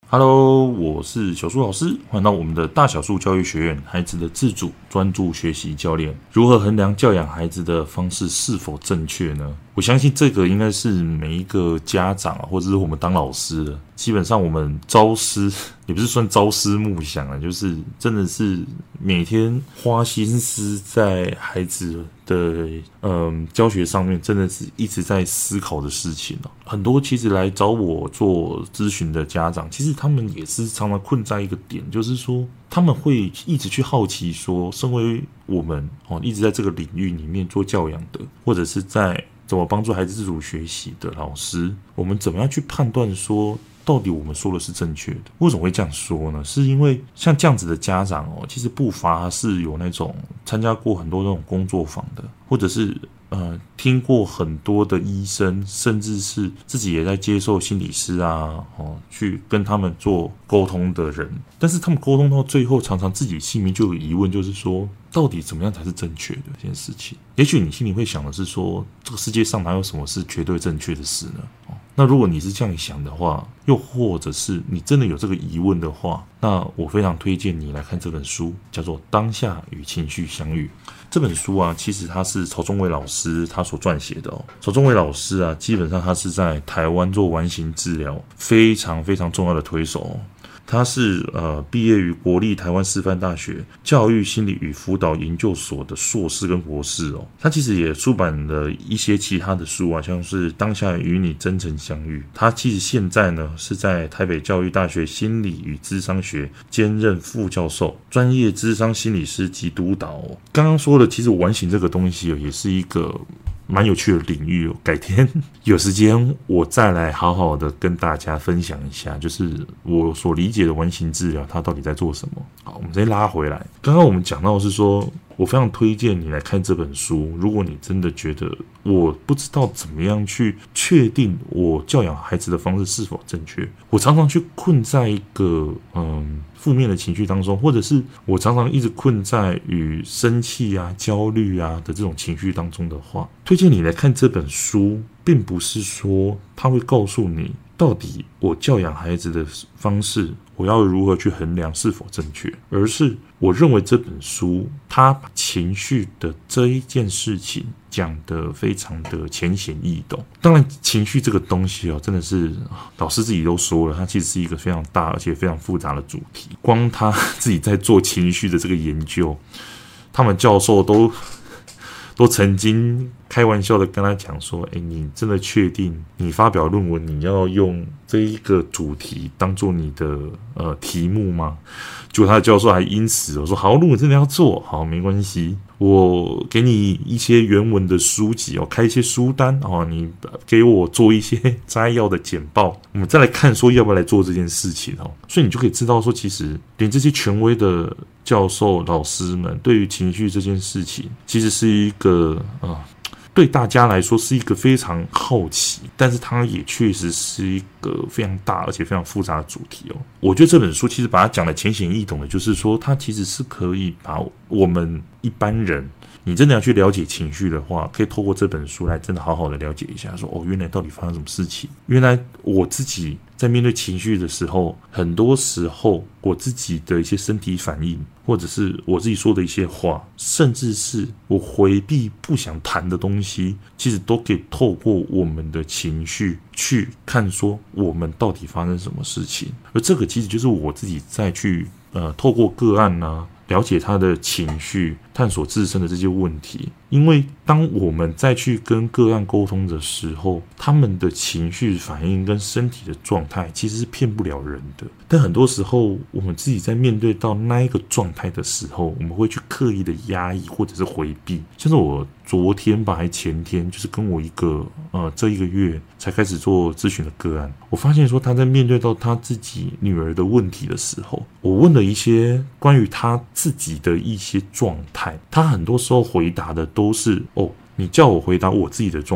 Hello，我是小树老师，欢迎到我们的大小树教育学院，孩子的自主专注学习教练。如何衡量教养孩子的方式是否正确呢？我相信这个应该是每一个家长或者是我们当老师的，基本上我们朝思也不是算朝思暮想啊，就是真的是每天花心思在孩子的教学上面，真的是一直在思考的事情哦。很多其实来找我做咨询的家长，其实他们也是常常困在一个点，就是说他们会一直去好奇说，身为我们一直在这个领域里面做教养的，或者是在怎么帮助孩子自主学习的老师，我们怎么样去判断说到底我们说的是正确的？为什么会这样说呢？是因为像这样子的家长其实不乏是有那种参加过很多那种工作坊的，或者是听过很多的医生，甚至是自己也在接受心理师去跟他们做沟通的人，但是他们沟通到最后，常常自己心里面就有疑问，就是说到底怎么样才是正确的这件事情？也许你心里会想的是说，这个世界上哪有什么是绝对正确的事呢？那如果你是这样想的话，又或者是你真的有这个疑问的话，那我非常推荐你来看这本书，叫做《当下与情绪相遇》。这本书其实他是曹宗伟老师他所撰写的曹宗伟老师基本上他是在台湾做完形治疗非常非常重要的推手他是毕业于国立台湾师范大学教育心理与辅导研究所的硕士跟博士他其实也出版了一些其他的书像是《当下与你真诚相遇》。他其实现在呢是在台北教育大学心理与諮商学兼任副教授，专业諮商心理师及督导刚刚说的，其实完形这个东西也是一个蛮有趣的领域改天有时间我再来好好的跟大家分享一下，就是我所理解的完形治疗它到底在做什么。好，我们再拉回来，刚刚我们讲到的是说，我非常推荐你来看这本书。如果你真的觉得我不知道怎么样去确定我教养孩子的方式是否正确，我常常去困在一个负面的情绪当中，或者是我常常一直困在于生气焦虑的这种情绪当中的话，推荐你来看这本书，并不是说它会告诉你到底我教养孩子的方式我要如何去衡量是否正确，而是我认为这本书它把情绪的这一件事情讲得非常的浅显易懂。当然情绪这个东西真的是老师自己都说了，它其实是一个非常大而且非常复杂的主题。光他自己在做情绪的这个研究，他们教授都曾经开玩笑的跟他讲说，你真的确定你发表论文你要用这一个主题当做你的题目吗？结果他的教授还因此说，好，论文真的要做，好，没关系，我给你一些原文的书籍开一些书单你给我做一些摘要的简报，我们再来看说要不要来做这件事情所以你就可以知道说，其实连这些权威的教授老师们对于情绪这件事情，其实是一个对大家来说是一个非常好奇，但是它也确实是一个非常大而且非常复杂的主题我觉得这本书其实把它讲的浅显易懂的，就是说它其实是可以把我们一般人，你真的要去了解情绪的话，可以透过这本书来真的好好的了解一下说原来到底发生什么事情。原来我自己在面对情绪的时候，很多时候我自己的一些身体反应，或者是我自己说的一些话，甚至是我回避不想谈的东西，其实都可以透过我们的情绪去看说我们到底发生什么事情。而这个其实就是我自己再去透过个案了解他的情绪，探索自身的这些问题。因为当我们再去跟个案沟通的时候，他们的情绪反应跟身体的状态其实是骗不了人的。但很多时候我们自己在面对到那一个状态的时候，我们会去刻意的压抑或者是回避。像是我昨天吧还前天，就是跟我一个这一个月才开始做咨询的个案，我发现说他在面对到他自己女儿的问题的时候，我问了一些关于他自己的一些状态，他很多时候回答的都是你叫我回答我自己的状况，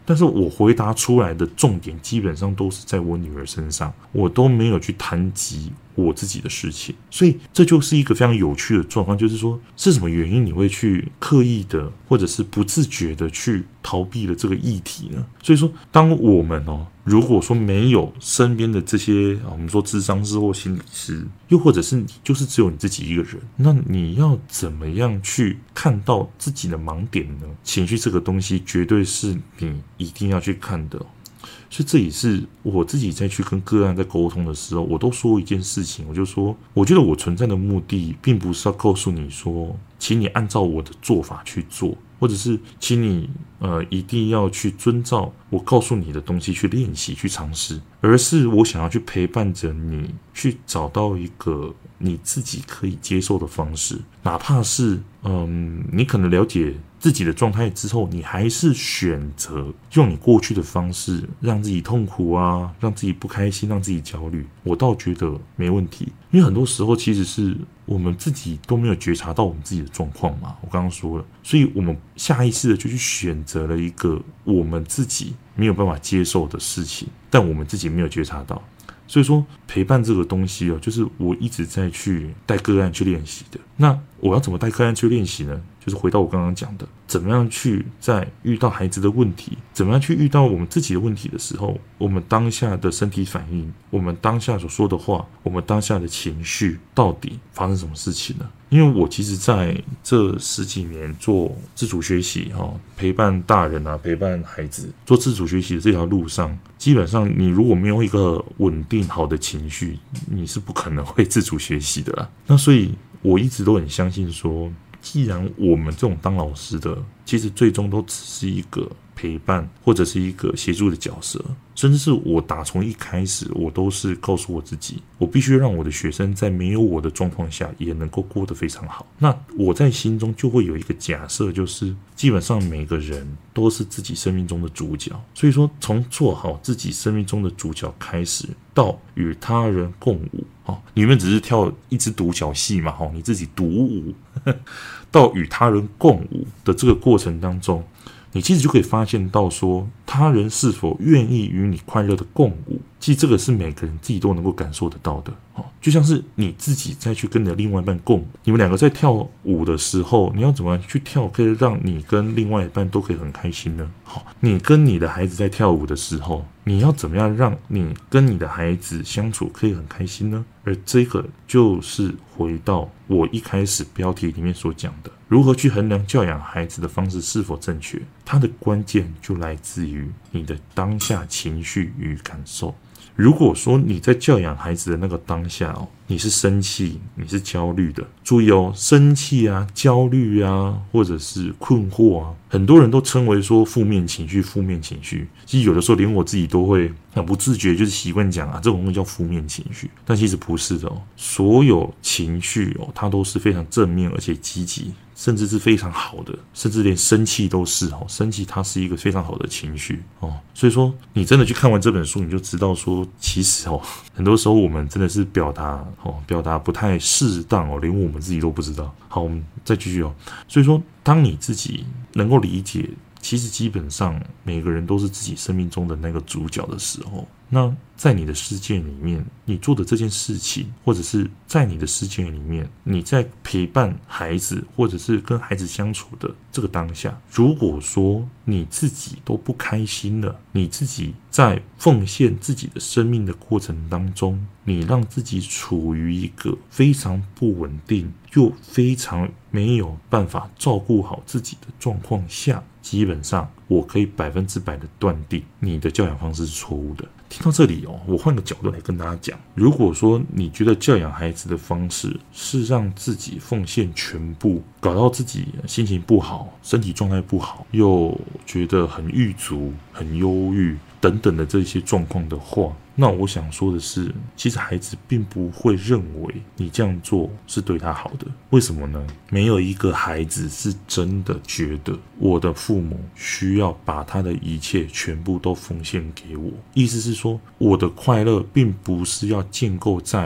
但是我回答出来的重点基本上都是在我女儿身上，我都没有去谈及我自己的事情，所以这就是一个非常有趣的状况，就是说是什么原因你会去刻意的或者是不自觉的去逃避了这个议题呢？所以说当我们如果说没有身边的这些我们说諮商师或心理师，又或者是你就是只有你自己一个人，那你要怎么样去看到自己的盲点呢？情绪这个东西绝对是你一定要去看的。所以这也是我自己在去跟个案在沟通的时候，我都说一件事情，我就说我觉得我存在的目的并不是要告诉你说请你按照我的做法去做，或者是请你一定要去遵照我告诉你的东西去练习去尝试，而是我想要去陪伴着你去找到一个你自己可以接受的方式，哪怕是你可能了解自己的状态之后，你还是选择用你过去的方式让自己痛苦啊，让自己不开心，让自己焦虑，我倒觉得没问题。因为很多时候其实是我们自己都没有觉察到我们自己的状况嘛，我刚刚说了，所以我们下意识的就去选择了一个我们自己没有办法接受的事情，但我们自己没有觉察到。所以说陪伴这个东西就是我一直在去带个案去练习的。那我要怎么带个案去练习呢？就是回到我刚刚讲的，怎么样去在遇到孩子的问题，怎么样去遇到我们自己的问题的时候，我们当下的身体反应，我们当下所说的话，我们当下的情绪到底发生什么事情呢？因为我其实在这10几年做自主学习陪伴大人啊，陪伴孩子做自主学习的这条路上，基本上你如果没有一个稳定好的情绪，你是不可能会自主学习的啦。那所以我一直都很相信说，既然我们这种当老师的其实最终都只是一个陪伴或者是一个协助的角色，甚至是我打从一开始我都是告诉我自己，我必须让我的学生在没有我的状况下也能够过得非常好。那我在心中就会有一个假设，就是基本上每个人都是自己生命中的主角，所以说从做好自己生命中的主角开始，到与他人共舞你原本只是跳一支独角戏嘛你自己独舞到与他人共舞的这个过程当中，你其实就可以发现到说，他人是否愿意与你快乐的共舞，其实这个是每个人自己都能够感受得到的就像是你自己再去跟你的另外一半共舞，你们两个在跳舞的时候，你要怎么样去跳可以让你跟另外一半都可以很开心呢？你跟你的孩子在跳舞的时候，你要怎么样让你跟你的孩子相处可以很开心呢？而这个就是回到我一开始标题里面所讲的，如何去衡量教养孩子的方式是否正确，它的关键就来自于你的当下情绪与感受。如果说你在教养孩子的那个当下你是生气，你是焦虑的，注意生气啊、焦虑啊，或者是困惑啊，很多人都称为说负面情绪。其实有的时候连我自己都会很不自觉，就是习惯讲这种东西叫负面情绪，但其实不是的所有情绪它都是非常正面而且积极，甚至是非常好的，甚至连生气都是生气它是一个非常好的情绪所以说你真的去看完这本书，你就知道说其实很多时候我们真的是表达不太适当连我们自己都不知道。好，我们再继续所以说当你自己能够理解其实基本上每个人都是自己生命中的那个主角的时候，那在你的世界里面你做的这件事情，或者是在你的世界里面你在陪伴孩子或者是跟孩子相处的这个当下，如果说你自己都不开心了，你自己在奉献自己的生命的过程当中，你让自己处于一个非常不稳定又非常没有办法照顾好自己的状况下，基本上我可以100%的断定你的教养方式是错误的。听到这里我换个角度来跟大家讲，如果说你觉得教养孩子的方式是让自己奉献全部，搞到自己心情不好，身体状态不好，又觉得很郁卒、很忧郁等等的这些状况的话，那我想说的是，其实孩子并不会认为你这样做是对他好的。为什么呢？没有一个孩子是真的觉得我的父母需要把他的一切全部都奉献给我。意思是说，我的快乐并不是要建构在于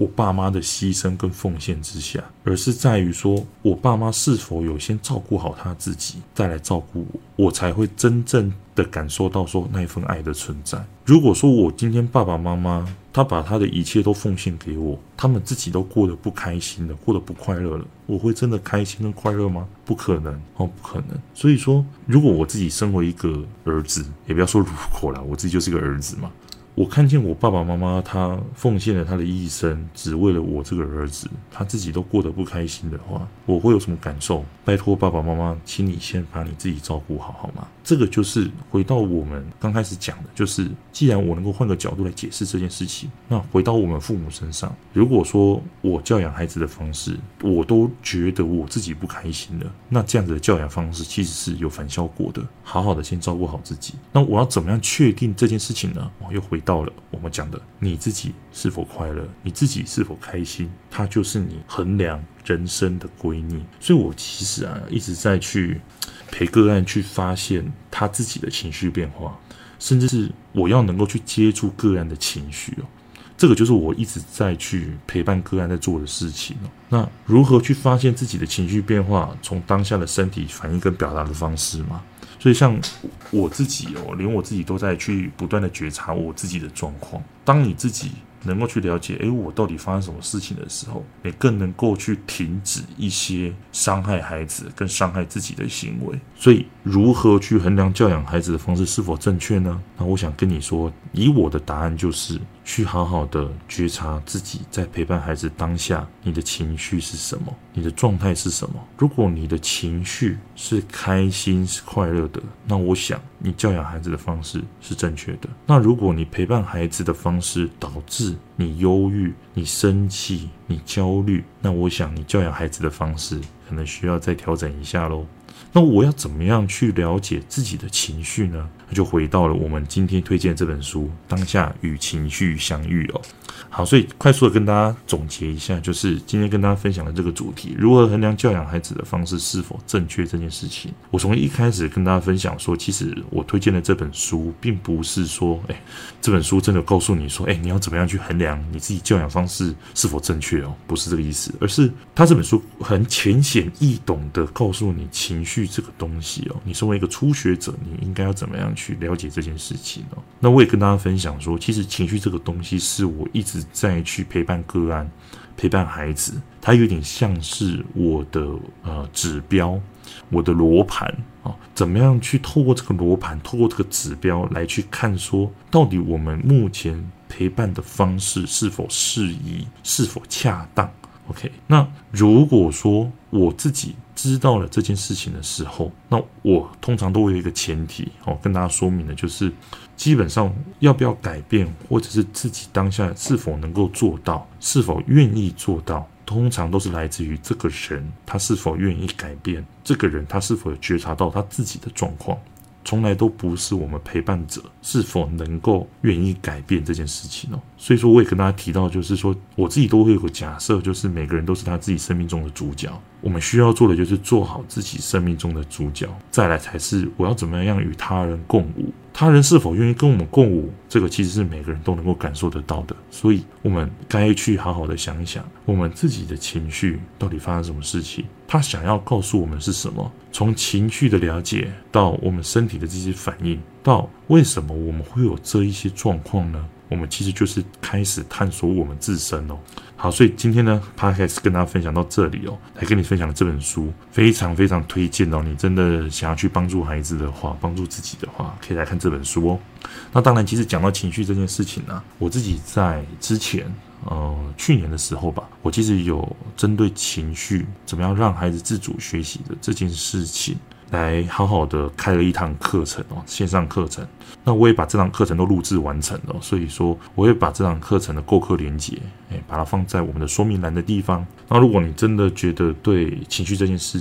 我爸妈的牺牲跟奉献之下，而是在于说我爸妈是否有先照顾好他自己，再来照顾我，我才会真正的感受到说那一份爱的存在。如果说我今天爸爸妈妈他把他的一切都奉献给我，他们自己都过得不开心了，过得不快乐了，我会真的开心跟快乐吗？不可能不可能。所以说，如果我自己身为一个儿子，也不要说如果啦，我自己就是个儿子嘛。我看见我爸爸妈妈他奉献了他的一生，只为了我这个儿子，他自己都过得不开心的话，我会有什么感受？拜托爸爸妈妈，请你先把你自己照顾好，好吗？这个就是回到我们刚开始讲的，就是既然我能够换个角度来解释这件事情，那回到我们父母身上，如果说我教养孩子的方式，我都觉得我自己不开心了，那这样子的教养方式其实是有反效果的。好好的先照顾好自己，那我要怎么样确定这件事情呢？又回到了我们讲的，你自己是否快乐，你自己是否开心，它就是你衡量人生的归臬。所以我其实一直在去陪个案去发现他自己的情绪变化，甚至是我要能够去接触个案的情绪这个就是我一直在去陪伴个案在做的事情那如何去发现自己的情绪变化，从当下的身体反应跟表达的方式嘛？所以像我自己连我自己都在去不断的觉察我自己的状况。当你自己能够去了解我到底发生什么事情的时候，你更能够去停止一些伤害孩子跟伤害自己的行为。所以如何去衡量教养孩子的方式是否正确呢？那我想跟你说，以我的答案就是去好好的觉察自己在陪伴孩子当下，你的情绪是什么，你的状态是什么。如果你的情绪是开心是快乐的，那我想你教养孩子的方式是正确的。那如果你陪伴孩子的方式导致你忧郁、你生气、你焦虑，那我想你教养孩子的方式可能需要再调整一下咯。那我要怎么样去了解自己的情绪呢？那就回到了我们今天推荐这本书《当下与情绪相遇》好，所以快速的跟大家总结一下，就是今天跟大家分享的这个主题，如何衡量教养孩子的方式是否正确这件事情。我从一开始跟大家分享说，其实我推荐的这本书并不是说这本书真的告诉你说你要怎么样去衡量你自己教养方式是否正确不是这个意思，而是他这本书很浅显易懂的告诉你情绪这个东西你身为一个初学者，你应该要怎么样去了解这件事情那我也跟大家分享说，其实情绪这个东西是我一直在去陪伴个案、陪伴孩子，它有点像是我的指标，我的罗盘怎么样去透过这个罗盘，透过这个指标来去看说，到底我们目前陪伴的方式是否适宜，是否恰当。OK， 那如果说我自己知道了这件事情的时候，那我通常都会有一个前提跟大家说明的，就是基本上要不要改变，或者是自己当下是否能够做到，是否愿意做到，通常都是来自于这个人他是否愿意改变，这个人他是否有觉察到他自己的状况，从来都不是我们陪伴者是否能够愿意改变这件事情所以说我也跟大家提到，就是说我自己都会有个假设，就是每个人都是他自己生命中的主角，我们需要做的就是做好自己生命中的主角，再来才是我要怎么样与他人共舞。他人是否愿意跟我们共舞，这个其实是每个人都能够感受得到的。所以我们该去好好的想一想，我们自己的情绪到底发生什么事情，他想要告诉我们是什么。从情绪的了解到我们身体的这些反应，到为什么我们会有这一些状况呢？我们其实就是开始探索我们自身好，所以今天呢 Podcast 跟大家分享到这里来跟你分享的这本书非常非常推荐你真的想要去帮助孩子的话，帮助自己的话，可以来看这本书那当然其实讲到情绪这件事情我自己在之前去年的时候吧，我其实有针对情绪怎么样让孩子自主学习的这件事情来好好的开了一堂课程线上课程。那我也把这堂课程都录制完成了，所以说我会把这堂课程的购课连结把它放在我们的说明栏的地方。那如果你真的觉得对情绪这件事情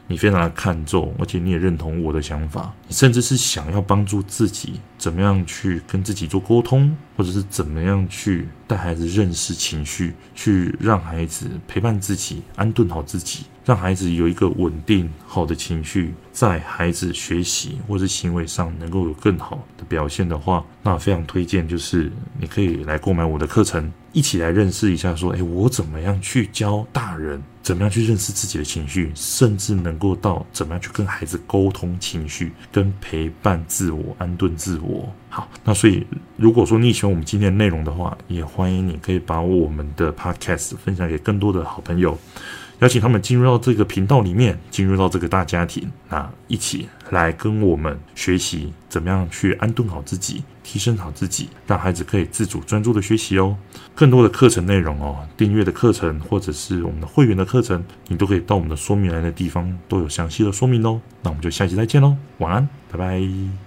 你非常的看重，而且你也认同我的想法，你甚至是想要帮助自己怎么样去跟自己做沟通，或者是怎么样去带孩子认识情绪，去让孩子陪伴自己，安顿好自己，让孩子有一个稳定好的情绪，在孩子学习或是行为上能够有更好的表现的话，那非常推荐就是你可以来购买我的课程，一起来认识一下说，我怎么样去教大人，怎么样去认识自己的情绪，甚至能够到怎么样去跟孩子沟通情绪，跟陪伴自我，安顿自我。好，那所以如果说你喜欢我们今天的内容的话，也欢迎你可以把我们的 podcast 分享给更多的好朋友，邀请他们进入到这个频道里面，进入到这个大家庭，那一起来跟我们学习怎么样去安顿好自己，提升好自己，让孩子可以自主专注的学习哦。更多的课程内容订阅的课程或者是我们的会员的课程，你都可以到我们的说明栏的地方都有详细的说明哦。那我们就下期再见喽，晚安，拜拜。